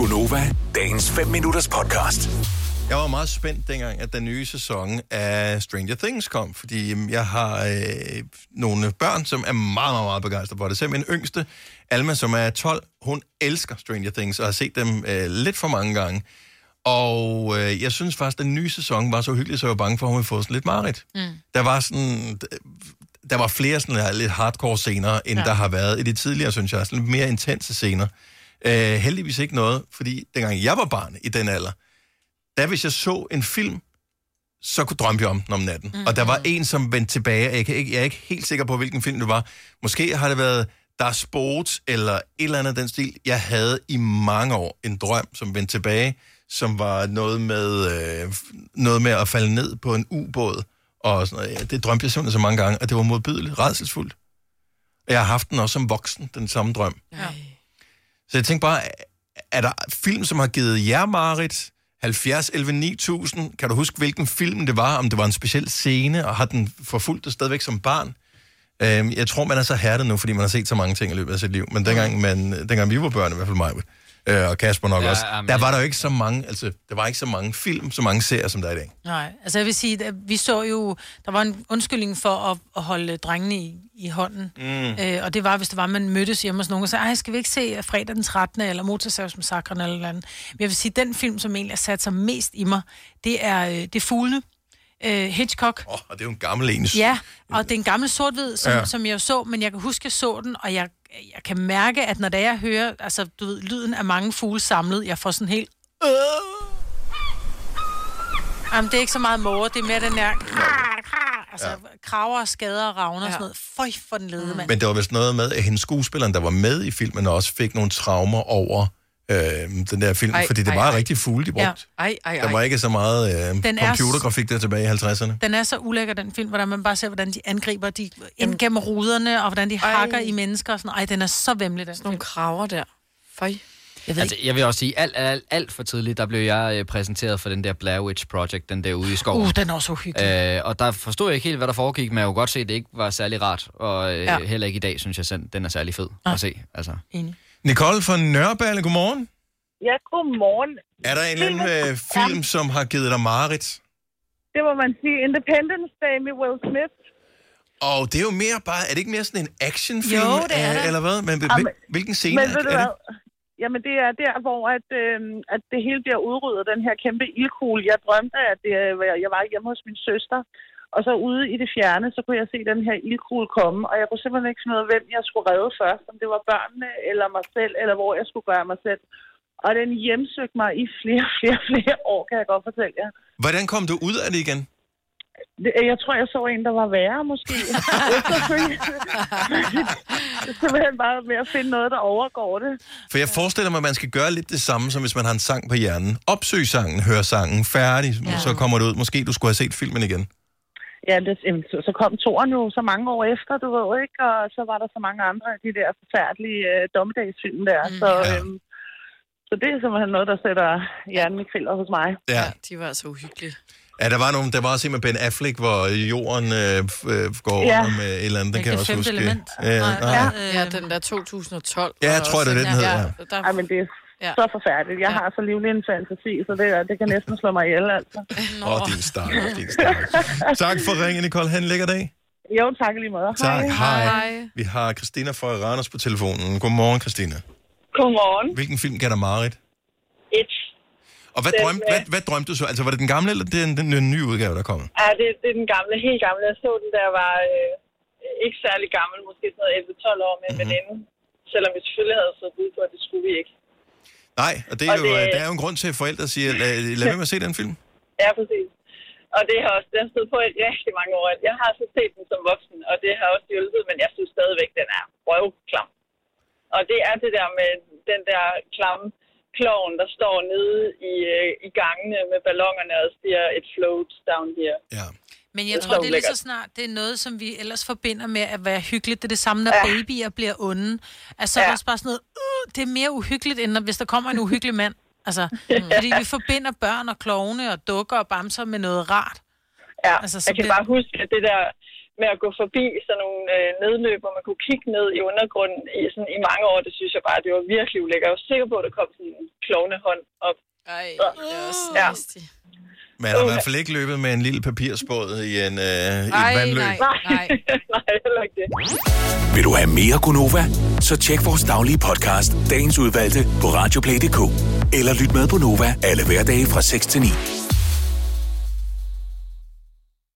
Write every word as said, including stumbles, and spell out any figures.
Gunova, dagens fem minutters podcast. Jeg var meget spændt dengang, at den nye sæson af Stranger Things kom, fordi jeg har øh, nogle børn, som er meget, meget, meget begejstrede for det. Selv min yngste, Alma, som er tolv, hun elsker Stranger Things og har set dem øh, lidt for mange gange. Og øh, jeg synes faktisk, at den nye sæson var så hyggelig, så jeg var bange for, at hun ville få sådan lidt mareridt. Mm. Der var sådan... Der var flere sådan her, lidt hardcore scener, end ja. der har været i de tidligere, synes jeg. Sådan lidt mere intense scener. Øh, heldigvis ikke noget, fordi dengang jeg var barn i den alder, der hvis jeg så en film, så kunne drømme jeg om den om natten. Mm-hmm. Og der var en, som vendte tilbage. Jeg, kan ikke, jeg er ikke helt sikker på, hvilken film det var. Måske har det været Der Sports, eller et eller andet den stil. Jeg havde i mange år en drøm, som vendte tilbage, som var noget med, øh, noget med at falde ned på en ubåd. Og sådan noget. Det drømte jeg simpelthen så mange gange, og det var modbydeligt, rædselsfuldt. Og jeg har haft den også som voksen, den samme drøm. Ja. Så jeg tænkte bare, er der film, som har givet jer mareridt? halvfjerds elleve ni tusind. Kan du huske, hvilken film det var? Om det var en speciel scene, og har den forfulgt det stadigvæk som barn? Øhm, jeg tror, man er så hærdet nu, fordi man har set så mange ting i løbet af sit liv. Men dengang, man, dengang vi var børn, i hvert fald mig, øh, og Kasper nok ja, også, amen. der var der jo ikke så mange, altså, der var ikke så mange film, så mange serier, som der er i dag. Nej, altså jeg vil sige, at vi så jo, der var en undskyldning for at, at holde drengene i, i hånden. Mm. Øh, og det var, hvis det var, man mødtes hjemme hos nogen og sagde, ej, skal vi ikke se fredag den trettende eller Motorsavsmassakren eller noget andet. Men jeg vil sige, den film, som egentlig har sat sig mest i mig, det er, det er Fuglene. Uh, Hitchcock. Åh, oh, og det er jo en gammel en. Ja, og det er en gammel sort-hvid, som, ja. som jeg så, men jeg kan huske, jeg så den, og jeg, jeg kan mærke, at når det er, jeg hører, altså, du ved, lyden af mange fugle samlet, jeg får sådan helt... Øh. Jamen, det er ikke så meget måger, det er mere den der... Altså, ja. kraver, skader og ravner og ja. sådan noget. Føj for den lede, mand. Men det var vist noget med, at hendes skuespilleren, der var med i filmen, også fik nogle traumer over... Øh, den der film, ej, fordi det ej, var ej. rigtig fugle, de brugte. Ja. Ej, ej, ej. Der var ikke så meget øh, computergrafik der tilbage i halvtredserne. Den er så ulækker, den film, hvordan man bare ser, hvordan de angriber de ind gennem ruderne, og hvordan de ej. hakker i mennesker og sådan. Ej, den er så væmmelig, den. Sådan nogle kraver der. Føj. Jeg, altså, jeg vil også sige, alt, alt, alt for tidligt, der blev jeg øh, præsenteret for den der Blair Witch Project, den der ude i skoven. Uh, den er også uhyggelig. Øh, og der forstod jeg ikke helt, hvad der foregik, men jeg kunne godt se, at det ikke var særlig rart. Og øh, ja. heller ikke i dag, synes jeg, den er særlig fed ah. at se. Altså. Enig. Nicole fra Nørreballe, godmorgen. Ja, godmorgen. Er der en eller anden øh, film, ja. som har givet dig mareridt? Det må man sige. Independence Day med Will Smith. Og det er jo mere bare... Er det ikke mere sådan en actionfilm? Jo, det er det. Eller hvad? Men ja, men, hvilken scene men, er, er det? Jamen, det er der, hvor at, øh, at det hele bliver udryddet, den her kæmpe ildkugle. Jeg drømte, at det, jeg var hjemme hos min søster, og så ude i det fjerne, så kunne jeg se den her ildkugle komme, og jeg kunne simpelthen ikke finde ud af, hvem jeg skulle redde først, om det var børnene, eller mig selv, eller hvor jeg skulle gøre mig selv. Og den hjemsøgte mig i flere, flere, flere år, kan jeg godt fortælle jer. Hvordan kom du ud af det igen? Det, jeg tror, jeg så en, der var værre, måske. Det er simpelthen bare med at finde noget, der overgår det. For jeg forestiller mig, at man skal gøre lidt det samme, som hvis man har en sang på hjernen. Opsøg sangen, hør sangen, færdig, ja. så kommer det ud. Måske du skulle have set filmen igen. Ja, det, så kom toren jo så mange år efter, du ved ikke, og så var der så mange andre af de der forfærdelige uh, dommedagsfilm der, mm. så... Ja. Øhm, Så det er simpelthen noget, der sætter hjernen i kriller hos mig. Ja. ja, de var så uhyggelige. Ja, der var nogen, der var også en med Ben Affleck, hvor jorden øh, går ja. under med et eller andet, den kan jeg også huske. Element. Ja, ja. ja, den der to tusind og tolv. Ja, jeg tror, det er den, den hedder. Ja, ja. Ej, men det er ja. så forfærdeligt. Jeg ja. har så livlig en fantasi, så det, det kan næsten slå mig ihjel, altså. Åh, oh, din start, din start. Tak for ringen, Nicole. Ha' en lækker dag. Jo, tak lige måde. Tak, hej. hej. Vi har Christina fra Randers på telefonen. Godmorgen, Christina. Godmorgen. Hvilken film gav dig mareridt? Et. Og hvad, drømte, hvad, hvad drømte du så? Altså, var det den gamle, eller den, den, den nye udgave, der kom? Ja, det, det er den gamle, helt gamle. Jeg så den, der var øh, ikke særlig gammel, måske sådan noget elleve tolv år med en mm-hmm. veninde. Selvom vi selvfølgelig havde fået bud på, at det skulle vi ikke. Nej, og det er, og jo, det, der er jo en grund til, at forældre siger, lad, lad være med at se den film. Ja, præcis. Og det har også, den stod på i rigtig mange år. Jeg har så set den som voksen, og det har også hjulpet, men jeg synes stadigvæk, den er røvklam. Og det er det der med den der klamme klovn, der står nede i, øh, i gangene med ballongerne og siger, it floats down here. Ja. Men jeg tror, det er lige så snart, det er noget, som vi ellers forbinder med at være hyggeligt. Det er det samme, når ja. babyer bliver onde. Altså, ja. det er også bare sådan noget, uh, det er mere uhyggeligt, end når, hvis der kommer en uhyggelig mand. Altså, mm. fordi vi forbinder børn og klovne og dukker og bamser med noget rart. Ja, altså, jeg kan det... bare huske, at det der med at gå forbi sådan nogle øh, nedløb, hvor man kunne kigge ned i undergrunden i, sådan, i mange år, det synes jeg bare, det var virkelig ulækkert. Jeg var sikker på, at der kom sådan en klovnehånd op. Ej, det er også Ja. nasty. Men han har i hvert fald ikke løbet med en lille papirsbåd i, en, øh, i et Ej, vandløb. nej, nej. Nej, heller ikke det. Vil du have mere Gunova? Så tjek vores daglige podcast, dagens udvalgte, på radioplay punktum d k. Eller lyt med på Nova alle hverdage fra seks til ni.